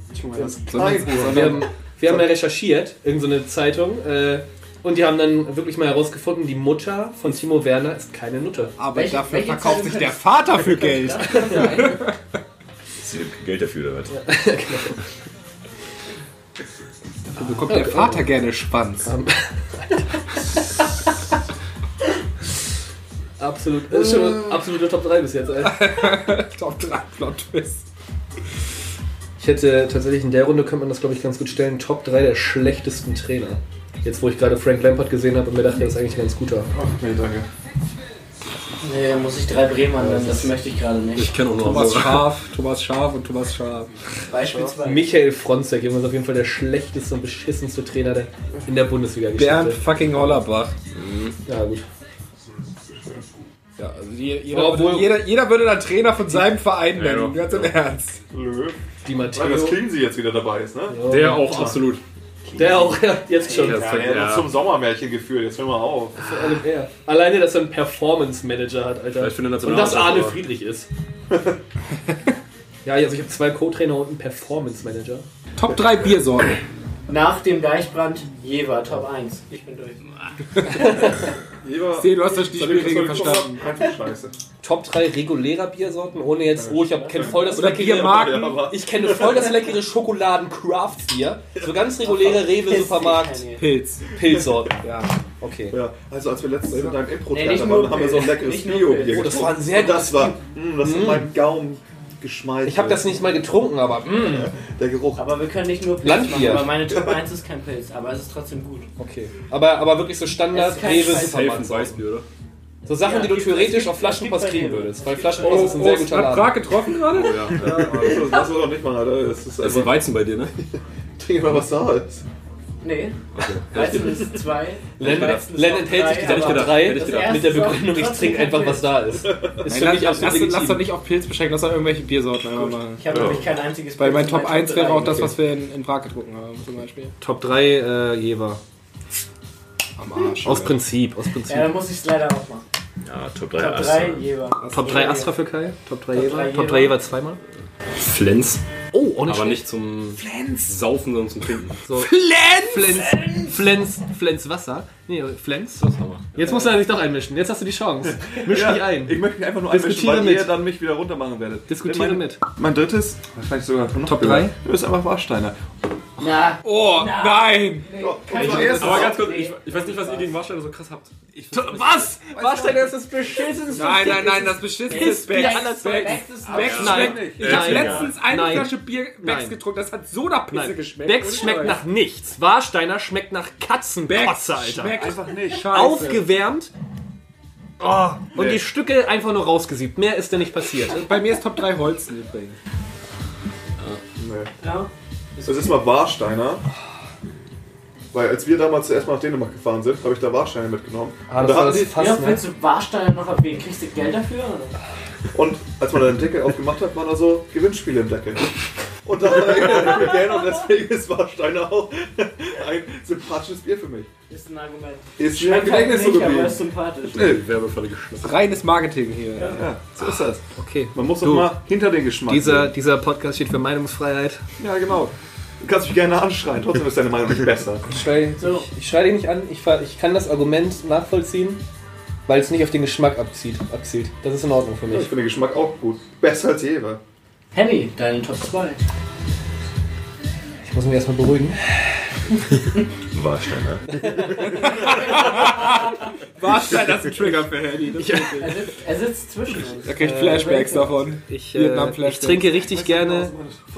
Wir haben ja recherchiert, irgendeine Zeitung, und die haben dann wirklich mal herausgefunden, die Mutter von Timo Werner ist keine Nutte. Aber Welche dafür verkauft Zeitung sich kann der ich- Vater für Geld. Ist hier Geld dafür, oder was? Dafür bekommt der Vater gerne Schwanz. Absolut, das ist schon absolute Top 3 bis jetzt, ey. Top 3 Plot-Twist. Ich hätte tatsächlich in der Runde, könnte man das glaube ich ganz gut stellen, Top 3 der schlechtesten Trainer. Jetzt wo ich gerade Frank Lampard gesehen habe und mir dachte, das ist eigentlich ein ganz guter. Nee, danke. Nee, da muss ich 3 Bremer nennen, das möchte ich gerade nicht. Ich kenne auch noch Thomas so. Scharf und Thomas Scharf. Beispielsweise. Michael Fronzek, Junge, ist auf jeden Fall der schlechteste und beschissenste Trainer der in der Bundesliga-Geschichte. Bernd fucking Hollerbach. Ja gut. Ja, also Obwohl- jeder würde dann Trainer von seinem Verein nennen, Ja. ganz im Ernst. Löw. Die Weil das Matteo. Cleansey jetzt wieder dabei ist, ne? Der auch absolut. Der auch, ja, jetzt schon. Ja. Ja, der hat zum Sommermärchen geführt. Jetzt hör mal auf. Vor allem er. Alleine, dass er einen Performance-Manager hat, Alter. Vielleicht für eine Und dass Arne Nationalmannschaft, Friedrich ist. Ja, also ich habe 2 Co-Trainer und einen Performance-Manager. Top 3 Biersorten. Nach dem Deichbrand, Jever, Top 1. Ich bin durch. Lieber. Du hast die Spielregel verstanden. Einfach scheiße. Top 3 regulärer Biersorten, ohne jetzt, oh, kenne voll das Oder leckere Biermarken. Ich kenne voll das leckere Schokoladen-Craft-Bier. So ganz reguläre Rewe-Supermarkt. Pilz. Pilzsorten. Ja. Okay. Ja, also als wir letztens in deinem Nee, Impro-Theater nicht nur waren, haben wir so ein Pilz. leckeres Nicht nur Bio-Bier Pilz. Oh, das getrunken. war ein sehr Und das gutes war, das hat meinen Gaumen geschmeichelt. Ich habe das nicht mal getrunken, aber Der Geruch. Aber wir können nicht nur Pilz Landbier. machen, aber meine Top 1 ist kein Pilz, aber es ist trotzdem gut. okay. Aber wirklich so Standard Es ist kein Rewe Scheiß. Safe ein Supermarkt. Weißbier, oder? So Sachen, Ja, die du gibt- theoretisch es gibt- auf Flaschenpost es gibt kriegen bei würdest. Weil Flaschenpost ist ein sehr guter Hat Laden. Prag getroffen gerade? Ja, das wir doch nicht mal, Alter. Das ist Das ist ein einfach. Weizen bei dir, ne? Trink mal was da ist. Nee, Weizen ist 2. Len enthält sich dieser Top 3 mit der Begründung, ich trinke einfach, was da ist. Ist für mich absolut Lass doch legitim. nicht auf Pilz beschränken, lass doch irgendwelche Biersorten einfach machen. Ich habe nämlich kein einziges Weil Pilz mein in Top meinem 1 wäre drei. auch das, was wir in Prag getrunken haben, zum Beispiel. Top 3 Jever. Am Arsch. Aus Prinzip, aus Prinzip. Ja, dann muss ich es leider auch machen. Ja, Top 3 Top 3 Jever. Top 3 Astra für Kai, Top 3 Top Jever, 3 Top 3 Jever zweimal. Flens. Oh, auch nicht Aber schlecht. nicht zum Saufen, sondern zum Trinken. So. Flens Wasser. Nee, Flens. Das haben wir. Jetzt musst du dich doch einmischen. Jetzt hast du die Chance. Misch dich ein. Ich möchte mich einfach nur Diskutiere einmischen, weil mit. ihr dann mich wieder runter machen werdet. Diskutiere Mein- mit. Mein drittes, vielleicht sogar noch Top höher, 3? ist einfach Warsteiner. Na, Oh, nein! Aber ganz kurz, ich weiß nicht, was ihr gegen Warsteiner so krass habt. Was? Warsteiner ist das beschissenste. Nein, das beschissene ist Bier Becks. aller Zeiten. Becks Nein. schmeckt. Ich habe Nein. letztens eine Nein. Flasche Bier Becks Nein. getrunken, das hat so nach Pisse geschmeckt. Becks Ohne schmeckt Scheiß. nach nichts. Warsteiner schmeckt nach Katzenkotze, Becks Alter. schmeckt Einfach nicht. scheiße. Aufgewärmt. Oh, und die Stücke einfach nur rausgesiebt. Mehr ist da nicht passiert. Bei mir ist Top 3 Holzen übrigens. ja. Das ist mal Warsteiner. Weil als wir damals zuerst mal nach Dänemark gefahren sind, habe ich da Warsteiner mitgenommen. Und, da hatten die, Ja, willst du Warsteiner noch erwähnen? Kriegst du Geld dafür? Oder? und als man dann den Deckel aufgemacht hat, waren da so Gewinnspiele im Deckel. Und daran erinnere ich mich gerne und deswegen ist Warsteiner auch ein sympathisches Bier für mich. Ist ein Argument. Ist mir im Gedächtnis so aber geblieben. ist sympathisch. Werbefalle geschlossen. Reines Marketing hier. Ja, so ist das. Okay. Man muss doch mal hinter den Geschmack Dieser Podcast steht für Meinungsfreiheit. Ja, genau. Du kannst mich gerne anschreien, trotzdem ist deine Meinung nicht besser. Ich schreie dich nicht an, ich kann das Argument nachvollziehen, weil es nicht auf den Geschmack abzielt. Das ist in Ordnung für Ich mich. finde den Geschmack auch gut. Besser als Jever. Henny, deine Top 2. Ich muss mich erstmal beruhigen. Warsteiner. Warsteiner ist ein Trigger für Handy. Er sitzt zwischen uns. Da krieg ich Flashbacks davon. Ich Vietnam-Flashbacks. trinke richtig gerne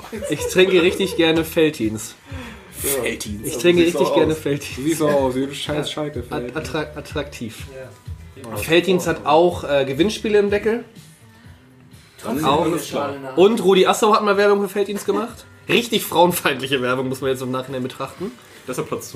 Veltins. Feldins. Ich trinke sieht richtig so gerne aus. Veltins. Sieht so aus, wie ein scheiß Schalke. Attraktiv. Veltins hat auch Gewinnspiele im Deckel. Auch. Und Rudi Assau hat mal Werbung für Veltins gemacht. Richtig frauenfeindliche Werbung, muss man jetzt im Nachhinein betrachten. Das ist Platz 2.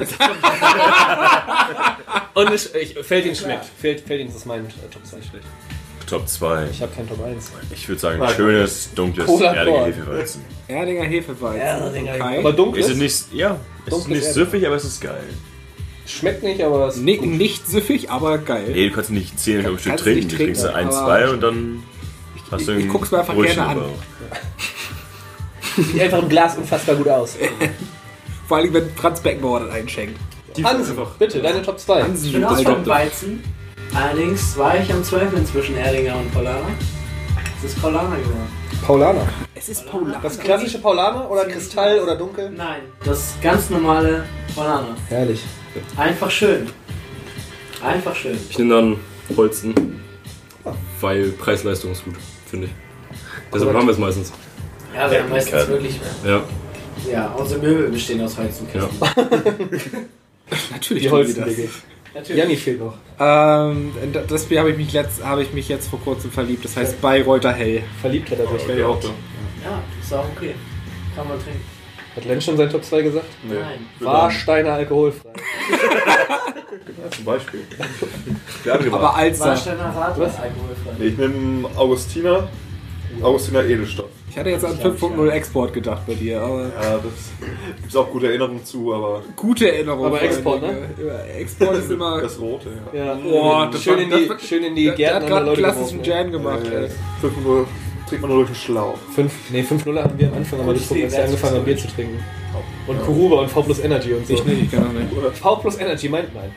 Und Veltins schmeckt. Veltins ist mein Top 2 schlecht. Top 2. Ich habe keinen Top 1. Ich würde sagen, schönes, dunkles, Cola erdiger Korn. Hefeweizen. Erdinger Hefeweizen. Okay. Aber dunkel Es ist nicht, ja, es ist Dunkles nicht süffig, aber es ist geil. schmeckt nicht, aber es ist gut. Nicht süffig, aber geil. Nee, du kannst nicht 10 Stück Kannst trinken. nicht Du trinkst trinken, 1, aber 2 und dann hast du ich guck's mir einfach Brötchen gerne an. im Bauch. Sieht einfach im Glas unfassbar gut aus. Vor allem, wenn Franz Beckenbauer das einschenkt. Hansen, bitte, deine Top 2. Ich bin auch beim Weizen. Allerdings war ich am Zweifeln zwischen Erdinger und Paulaner. Es ist Paulaner geworden. Paulaner. Es ist Paulaner. Das klassische Paulaner oder Kristall oder Dunkel? Nein, das ganz normale Paulaner. Herrlich. Einfach schön. Einfach schön. Ich nehme dann Holzen, weil Preis-Leistung ist gut, finde ich. Deshalb haben wir es meistens. Ja, wir haben meistens Kerl. wirklich. Ja. Ja, unsere Möbel bestehen aus Holzenkästen. Natürlich Die tun die Holzen, das. Digga. Natürlich. Janni fehlt noch. Das Bier habe ich mich jetzt vor kurzem verliebt. Das heißt Bayreuther Hell. Verliebt hat er sich. Ja, auch da. Ja, ist auch okay. Kann man trinken. Hat Len schon sein Top 2 gesagt? Nee. Nein. Warsteiner alkoholfrei. Ja, zum Beispiel. Aber Alster. Warsteiner Radler, alkoholfrei. Nee, ich nehme Augustiner Edelstoff. Ich hatte jetzt an 5.0 Export gedacht bei dir, aber Ja, das gibt's auch gute Erinnerungen zu, aber gute Erinnerung. Aber vor Export, allen Dingen. Export ist immer... das Rote, ja. Ja. Boah, das schön, war- schön in die Der Gärten hat gerade Leute klassischen geworfen, Jan gemacht, ey. 5-0 trinkt man nur durch den Schlauch. 5-0 haben wir am Anfang aber getrunken, als wir angefangen haben Bier zu trinken. Und Kuruba und V plus Energy und so. Ich nicht, ich kann auch nicht. V plus Energy meint man.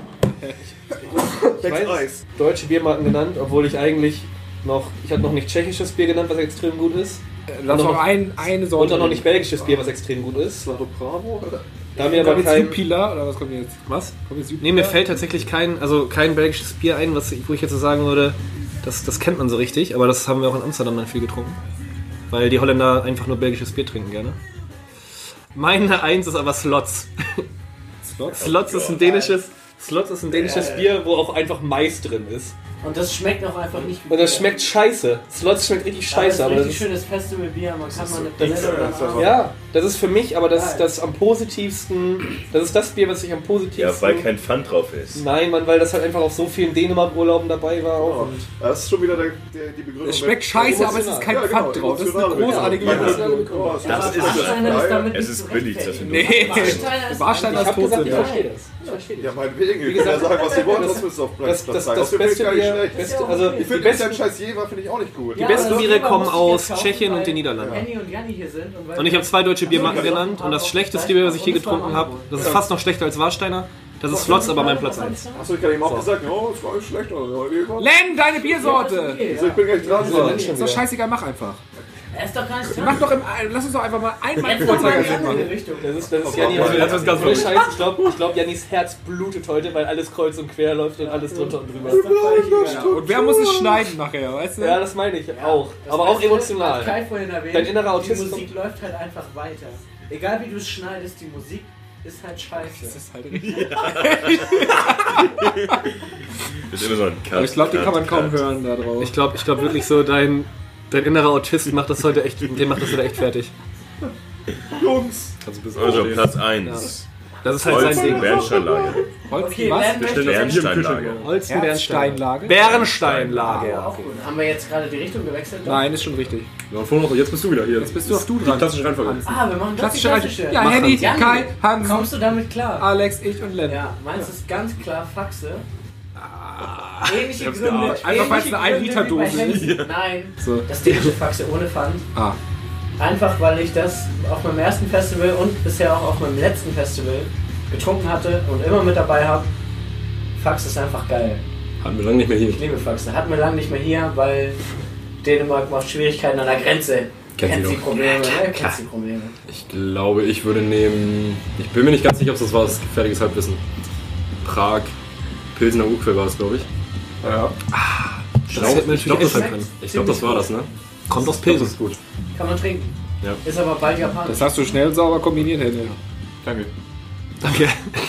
Ich weiß, Eis. deutsche Biermarken genannt, obwohl ich eigentlich ich hatte noch nicht tschechisches Bier genannt, was extrem gut ist. Lass noch eine Sorte. Und auch noch nicht belgisches Bier, was extrem gut ist. Slado Bravo? Oder? Da haben wir aber Kommt jetzt kein... Jupiler oder was kommt jetzt? Was? Kommt jetzt Jupiler? Nee, mir fällt tatsächlich kein belgisches Bier ein, wo ich jetzt so sagen würde, das kennt man so richtig, aber das haben wir auch in Amsterdam dann viel getrunken. Weil die Holländer einfach nur belgisches Bier trinken gerne. Meine Eins ist aber Slots. Slots ist ein dänisches Bier, wo auch einfach Mais drin ist. Und das schmeckt auch einfach nicht Und das schmeckt scheiße. Slots schmeckt richtig scheiße, aber das das ist ist... ein richtig schönes Festivalbier, man kann mal eine Palette oder so. Ja, das ist für mich aber das am positivsten... Das ist das Bier, was ich am positivsten... Ja, weil kein Pfand drauf ist. Nein, Mann, weil das halt einfach auf so vielen Dänemark-Urlauben dabei war auch. Und Das ist schon wieder die Begründung. Es schmeckt scheiße, aber es ist kein Pfand drauf. Das ist eine großartige Begründung. Das ist Warsteiner ist damit Es nicht ist zu billig, das rechtfertigen. finde ich. Nee, Warsteiner ich ist hab gesagt, tot. ich verstehe das. Ich verstehe das. Ja, meinetwegen. Wie Wie gesagt, gesagt, sagen, was sie wollen, das- sonst müssen sie auf Das, Platz das, sein. das Außerdem finde ich beste gar nicht Bier, schlecht. also Ich die finde besten, den scheiß Jever finde ich auch nicht gut. die besten aber Biere das kommen muss ich aus jetzt kaufen, Tschechien und weil den Niederlanden. Henny und Janni hier sind. Und ich habe 2 deutsche Biermarken genannt und das schlechteste Bier, was ich je getrunken habe, das ist fast noch schlechter als Warsteiner. Das ist Slots, aber mein Platz 1. Achso, ich habe eben auch gesagt, ja, das war nicht schlecht. Oder? Len, deine Biersorte! Also ich bin gleich dran. Ist doch scheißegal, mach einfach. Er ist doch gar nicht Mach doch lass uns doch einfach mal einmal Jetzt mach mal Uhrzeigersinn die andere machen. Richtung. Das ist Janni. Das ist ganz Ohne Scheiß, ich glaub, Jannis Herz blutet heute, weil alles kreuz und quer läuft und alles drunter und drüber. Ja, und wer muss es schneiden nachher, weißt du? Ja, das meine ich auch. Aber auch Hat emotional. Kai vorhin erwähnt, Dein innerer Autist die Musik läuft halt einfach weiter. Egal wie du es schneidest, die Musik ist halt scheiße. Das ist halt richtig. Das ist immer so ein Cut. Aber ich glaube, den kann man kaum Cut. hören da drauf. Ich glaube wirklich so, dein innerer Autist macht das heute echt, den macht das heute echt fertig. Jungs. Also Platz 1. Das ist halt sein Ding. Bernsteinlage. Okay, was? Len Wir stellen möchte- das hier im Kühlschrank. Holsten, Bernsteinlage? Bernsteinlage. Ja. Auch gut. Haben wir jetzt gerade die Richtung gewechselt? Nein, ist schon richtig. Ja, vorhin noch, jetzt bist du wieder hier. Jetzt bist du Die dran. klassische Reihenfolge. Ah, wir machen das Klassische die Reihenfolge. klassische. Ja, Mach Henny, Jan, Kai, Hans, Kommst du damit klar? Alex, ich und Len. Ja, meins ist ganz klar Faxe. Ähnliche hab's Gründe. geahnt. Einfach, weil es ähnliche eine Gründe wie bei 1-Liter-Dose ist. Hemd. Nein, So. das dänische Faxe ohne Pfand. Ah, Einfach weil ich das auf meinem ersten Festival und bisher auch auf meinem letzten Festival getrunken hatte und immer mit dabei habe. Faxe ist einfach geil. Hatten wir lange nicht mehr hier. Ich liebe Faxe. Hatten wir lange nicht mehr hier, weil Dänemark macht Schwierigkeiten an der Grenze. Kennt sie die doch. Probleme, ne? Kennt die Probleme. Ich glaube, ich würde nehmen. Ich bin mir nicht ganz sicher, ob das war, das gefährliches Halbwissen. Prag, Pilsener Urquell war es, glaube ich. ja. Ich glaube, hätte man das, natürlich ich glaub, das war das, ne? Kommt aus Das Pilsen. ist gut. Kann man trinken. Ja. Ist aber bald japanisch. Das hast du schnell sauber kombiniert, Henny. Danke. Danke.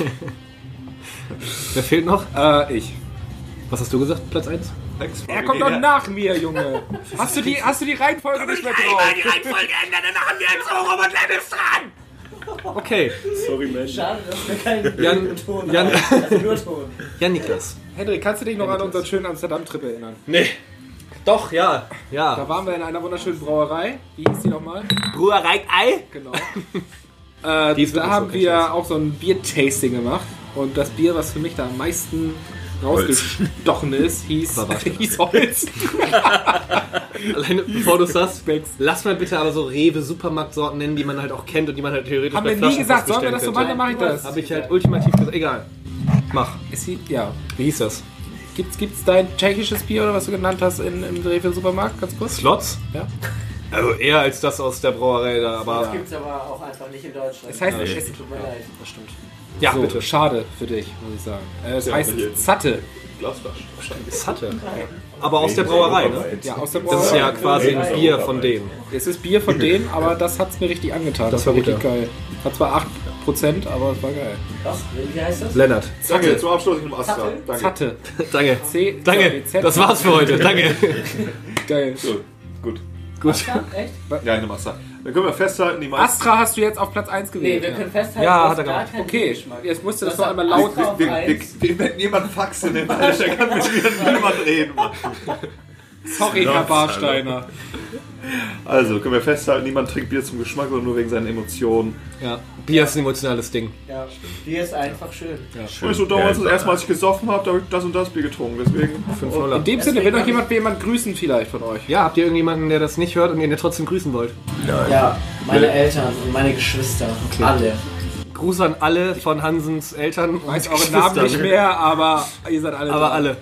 Wer fehlt noch? Ich. Was hast du gesagt? Platz 1? Er kommt doch nach mir, Junge. Hast du die Reihenfolge nicht mehr drauf? die Reihenfolge ändern, dann haben wir einen Forum und Len ist dran! Okay. Sorry, Mensch. Schade, dass wir keinen Jan- Ton Jan- haben. Also nur Ton. Jan Niklas. Henry, kannst du dich noch an unseren schönen Amsterdam-Trip erinnern? Nee. Doch, ja. Da Ja. waren wir in einer wunderschönen Brauerei. Wie hieß die nochmal? Brauerei Ei. Genau. Die ist Da wirklich haben so, wir auch so ein Bier-Tasting gemacht. Und das Bier, was für mich da am meisten rausgestochen ist, hieß Holz. Alleine, bevor du sagst, lass mal bitte aber so Rewe-Supermarktsorten nennen, die man halt auch kennt und die man halt theoretisch Haben wir nie gesagt, sollen wir das so machen, dann mache ich das. Habe ich halt ultimativ gesagt. Egal. Mach. Ja. Wie hieß das? Gibt's dein tschechisches Bier oder was du genannt hast im Rewe-Supermarkt? Ganz kurz. Slots? Ja. Also eher als das aus der Brauerei da, aber... Das gibt's aber auch einfach nicht in Deutschland. Es heißt, es es tut mir leid. Das stimmt. Ja, so, bitte. schade für dich, muss ich sagen. Es Ja, heißt hier. Zatte. Glasflasche. Das hatte. Aber aus der Brauerei, ne? Ja, aus der Das ist ja quasi ein Bier von denen. Es ist Bier von denen, aber das hat's mir richtig angetan. Das war gut, richtig ja. geil. Hat zwar 8%, aber es war geil. Was? Wie heißt das? Lennart. Danke, zum Abschluss ich nehme Astra. Zappel? Danke. Zatte. Danke. C Danke. Z. Das war's für heute. Danke. Geil. So, gut. Gut. Ja, echt? Ja, ich nehme Astra. Dann können wir festhalten, die meisten... Astra hast du jetzt auf Platz 1 Nee, gewählt. wir können festhalten, Ja, du hat hast er gar gemacht. keinen Okay, Geschmack. jetzt musst du das Das noch einmal hat laut... Astra auf eins. Wenn jemand Faxe nennt, Alter, kann mit mir niemand reden, Mann. Sorry, Herr Barsteiner. Also, können wir festhalten, niemand trinkt Bier zum Geschmack, sondern nur wegen seinen Emotionen. Ja. Bier ist ein emotionales Ding. Ja, Bier ist einfach schön. Und ich so damals, das erste Mal, als ich gesoffen habe, da habe ich das und das Bier getrunken. Deswegen... 5-0. In dem Sinne, will noch jemand grüßen vielleicht von euch? Ja, habt ihr irgendjemanden, der das nicht hört und den ihr trotzdem grüßen wollt? Ja, meine Eltern und meine Geschwister. Alle. Gruß an alle von Hansens Eltern. Ich weiß eure Namen nicht mehr, aber ihr seid alle Aber da. alle.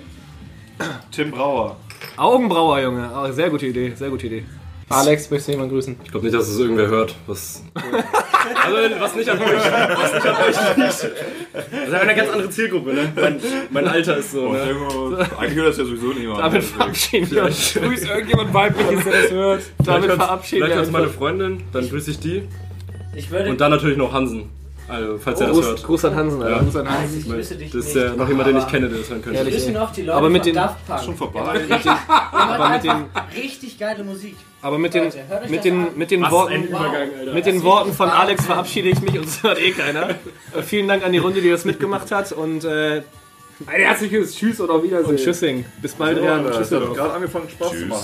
Tim Brauer. Augenbrauer, Junge. Oh, sehr gute Idee, sehr gute Idee. Alex, möchtest du jemanden grüßen? Ich glaube nicht, dass es irgendwer hört. Was, also, was nicht an euch. Was nicht an euch liegt. Das ist eine ganz andere Zielgruppe, ne? Mein Alter ist so, Und ne? eigentlich hört das ja sowieso niemand. Damit verabschieden wir uns. Grüß irgendjemand weibliches, der das hört. Damit verabschieden Vielleicht wir hört uns. meine Freundin, dann grüße ich die. Ich würde. Und dann natürlich noch Hansen. Also, falls er das Gruß, hört. Gruß an Hansen, Alter. Ja. Grüß an Nein, Hans. ich grüße dich Das ist nicht. ja noch jemand, den ich Aber kenne, der das hören könnte. Wir grüßen auch die Leute Aber mit von den- Daft Punk. Schon vorbei. Ihr macht aber mit einfach richtig geile Musik. Aber mit den, Leute, hört euch mit das den, an. mit den Was Worten... ein Übergang, Alter. Mit den Worten von Alex verabschiede ich mich, uns hört eh keiner. Vielen Dank an die Runde, die das mitgemacht hat und Ein herzliches Tschüss oder auf Wiedersehen. Tschüssing. Bis bald, Ja, Jan. das Tschüss. hat gerade angefangen Spaß zu machen.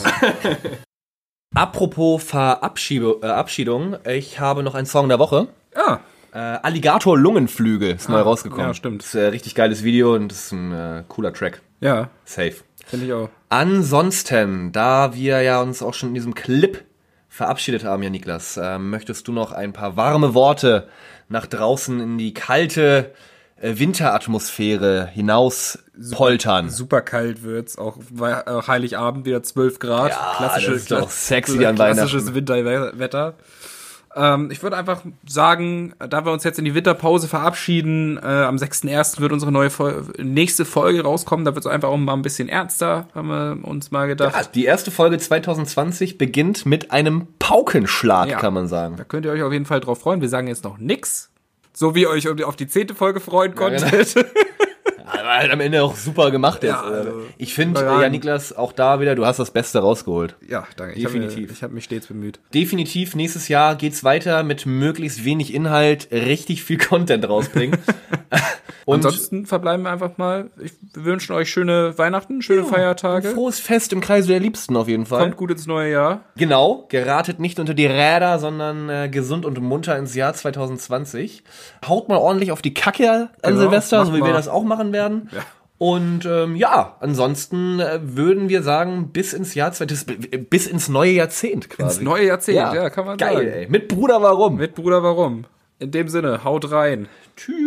Apropos Verabschiedung, ich habe noch einen Song der Woche. Ah, Alligator Lungenflügel ist neu rausgekommen. ja, stimmt. Das ist ein richtig geiles Video und das ist ein cooler Track. ja, Safe. finde ich auch. Ansonsten, da wir ja uns auch schon in diesem Clip verabschiedet haben, ja Niklas, möchtest du noch ein paar warme Worte nach draußen in die kalte Winteratmosphäre hinaus poltern? Super kalt wird's, auch Heiligabend wieder 12 Grad. Ja, das ist doch sexy an klassisches Winterwetter. Ich würde einfach sagen, da wir uns jetzt in die Winterpause verabschieden, am 6.1. wird unsere nächste Folge rauskommen. Da wird es einfach auch mal ein bisschen ernster, haben wir uns mal gedacht. Ja, die erste Folge 2020 beginnt mit einem Paukenschlag, Ja. kann man sagen. Da könnt ihr euch auf jeden Fall drauf freuen. Wir sagen jetzt noch nix. So wie ihr euch auf die 10. Folge freuen konntet. genau. halt am Ende auch super gemacht jetzt. Ja, also, ich finde, überragend. ja, Niklas, auch da wieder, du hast das Beste rausgeholt. Ja, danke. Definitiv. Ich habe mich stets bemüht. Definitiv, nächstes Jahr geht's weiter mit möglichst wenig Inhalt, richtig viel Content rausbringen. Und Ansonsten verbleiben wir einfach mal. Wir wünschen euch schöne Weihnachten, schöne Feiertage. frohes Fest im Kreise der Liebsten auf jeden Fall. Kommt gut ins neue Jahr. Genau, geratet nicht unter die Räder, sondern gesund und munter ins Jahr 2020. Haut mal ordentlich auf die Kacke an Genau, Silvester, macht so wie wir mal. das auch machen werden. Ja. Und ansonsten würden wir sagen, bis ins neue Jahrzehnt quasi. Ins neue Jahrzehnt, ja, kann man Geil, sagen. ey. Mit Bruder, warum? Mit Bruder, warum? In dem Sinne, haut rein. Tschüss.